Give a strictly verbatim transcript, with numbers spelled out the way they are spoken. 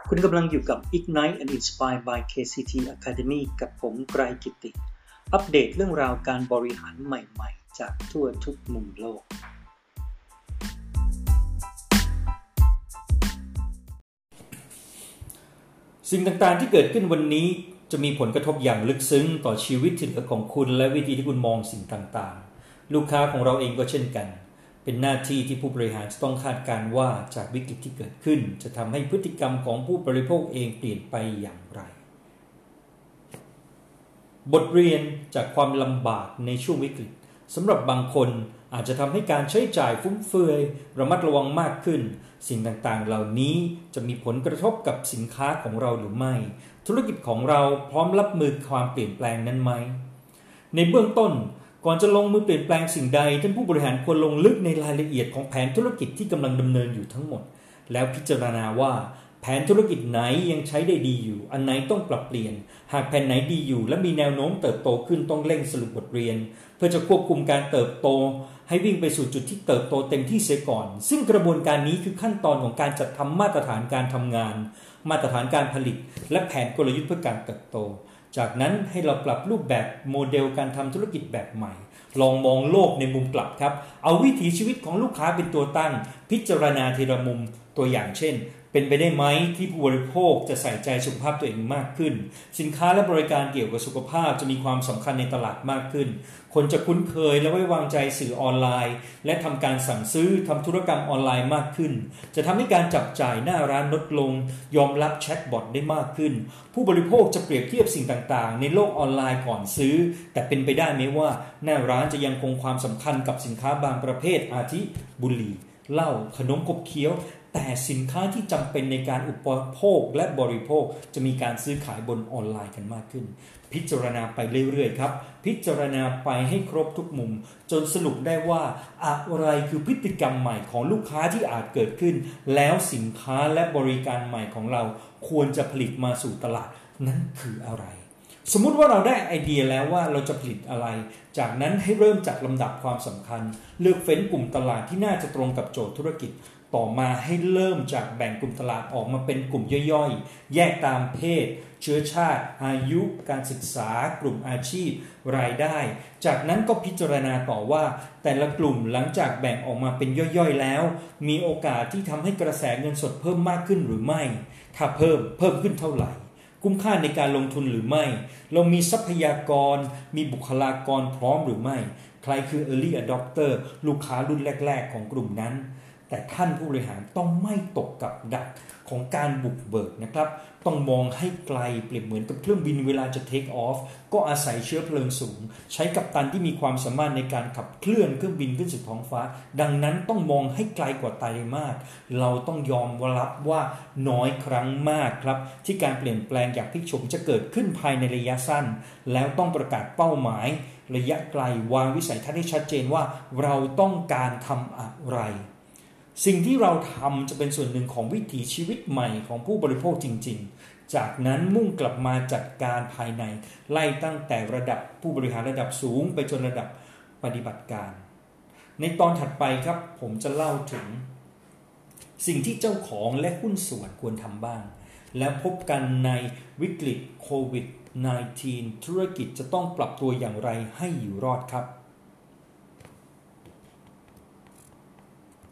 คุณกำลังอยู่กับ Ignite and Inspire by เค ซี ที Academy กับผมไกรกิติอัปเดตเรื่องราวการบริหารใหม่ๆจากทั่วทุกมุมโลกสิ่งต่างๆที่เกิดขึ้นวันนี้จะมีผลกระทบอย่างลึกซึ้งต่อชีวิตที่เหลือของคุณและวิธีที่คุณมองสิ่งต่างๆลูกค้าของเราเองก็เช่นกันเป็นหน้าที่ที่ผู้บริหารจะต้องคาดการณ์ว่าจากวิกฤตที่เกิดขึ้นจะทำให้พฤติกรรมของผู้บริโภคเองเปลี่ยนไปอย่างไรบทเรียนจากความลำบากในช่วงวิกฤตสำหรับบางคนอาจจะทำให้การใช้จ่ายฟุ่มเฟือยระมัดระวังมากขึ้นสิ่งต่างๆเหล่านี้จะมีผลกระทบกับสินค้าของเราหรือไม่ธุรกิจของเราพร้อมรับมือความเปลี่ยนแปลงนั้นไหมในเบื้องต้นก่อนจะลงมือเปลี่ยนแปลงสิ่งใดท่านผู้บริหารควรลงลึกในรายละเอียดของแผนธุรกิจที่กำลังดำเนินอยู่ทั้งหมดแล้วพิจารณาว่าแผนธุรกิจไหนยังใช้ได้ดีอยู่อันไหนต้องปรับเปลี่ยนหากแผนไหนดีอยู่และมีแนวโน้มเติบโตขึ้นต้องเร่งสรุปบทเรียนเพื่อจะควบคุมการเติบโตให้วิ่งไปสู่จุดที่เติบโตเต็มที่เสียก่อนซึ่งกระบวนการนี้คือขั้นตอนของการจัดทำมาตรฐานการทำงานมาตรฐานการผลิตและแผนกลยุทธ์เพื่อการเติบโตจากนั้นให้เราปรับรูปแบบโมเดลการทำธุรกิจแบบใหม่ลองมองโลกในมุมกลับครับเอาวิถีชีวิตของลูกค้าเป็นตัวตั้งพิจารณาทีละมุมตัวอย่างเช่นเป็นไปได้ไหมที่ผู้บริโภคจะใส่ใจสุขภาพตัวเองมากขึ้นสินค้าและบริการเกี่ยวกับสุขภาพจะมีความสำคัญในตลาดมากขึ้นคนจะคุ้นเคยและไว้วางใจสื่อออนไลน์และทำการสั่งซื้อทำธุรกรรมออนไลน์มากขึ้นจะทำให้การจับจ่ายหน้าร้านลดลงยอมรับแชทบอทได้มากขึ้นผู้บริโภคจะเปรียบเทียบสิ่งต่างๆในโลกออนไลน์ก่อนซื้อแต่เป็นไปได้ไหมว่าหน้าร้านจะยังคงความสำคัญกับสินค้าบางประเภทอาทิบุหรี่เหล้าขนมขบเคี้ยวแต่สินค้าที่จำเป็นในการอุปโภคและบริโภคจะมีการซื้อขายบนออนไลน์กันมากขึ้นพิจารณาไปเรื่อยๆครับพิจารณาไปให้ครบทุกมุมจนสรุปได้ว่าอะไรคือพฤติกรรมใหม่ของลูกค้าที่อาจเกิดขึ้นแล้วสินค้าและบริการใหม่ของเราควรจะผลิตมาสู่ตลาดนั้นคืออะไรสมมุติว่าเราได้ไอเดียแล้วว่าเราจะผลิตอะไรจากนั้นให้เริ่มจากลำดับความสำคัญเลือกเฟ้นกลุ่มตลาดที่น่าจะตรงกับโจทย์ธุรกิจต่อมาให้เริ่มจากแบ่งกลุ่มตลาดออกมาเป็นกลุ่มย่อยๆแยกตามเพศเชื้อชาติอายุการศึกษากลุ่มอาชีพรายได้จากนั้นก็พิจารณาต่อว่าแต่ละกลุ่มหลังจากแบ่งออกมาเป็นย่อยๆแล้วมีโอกาสที่ทำให้กระแสเงินสดเพิ่มมากขึ้นหรือไม่ถ้าเพิ่มเพิ่มขึ้นเท่าไหร่คุ้มค่าในการลงทุนหรือไม่เรามีทรัพยากรมีบุคลากรพร้อมหรือไม่ใครคือ Early Adopter ลูกค้ารุ่นแรกๆของกลุ่มนั้นแต่ท่านผู้บริหารต้องไม่ตกกับดักของการบุกเบิกนะครับต้องมองให้ไกลเปรียบเหมือนกับเครื่องบินเวลาจะ take off ก็อาศัยเชื้อเพลิงสูงใช้กัปตันที่มีความสามารถในการขับเคลื่อนเครื่องบินขึ้นสู่ท้องฟ้าดังนั้นต้องมองให้ไกลกว่าไตรมาสเราต้องยอมรับว่าน้อยครั้งมากครับที่การเปลี่ยนแปลงอย่างพลิกโฉมจะเกิดขึ้นภายในระยะสั้นแล้วต้องประกาศเป้าหมายระยะไกลวางวิสัยทัศน์ให้ชัดเจนว่าเราต้องการทำอะไรสิ่งที่เราทำจะเป็นส่วนหนึ่งของวิถีชีวิตใหม่ของผู้บริโภคจริงๆจากนั้นมุ่งกลับมาจัดการภายในไล่ตั้งแต่ระดับผู้บริหารระดับสูงไปจนระดับปฏิบัติการในตอนถัดไปครับผมจะเล่าถึงสิ่งที่เจ้าของและหุ้นส่วนควรทำบ้างและพบกันในวิกฤตโควิด สิบเก้า ธุรกิจจะต้องปรับตัวอย่างไรให้อยู่รอดครับ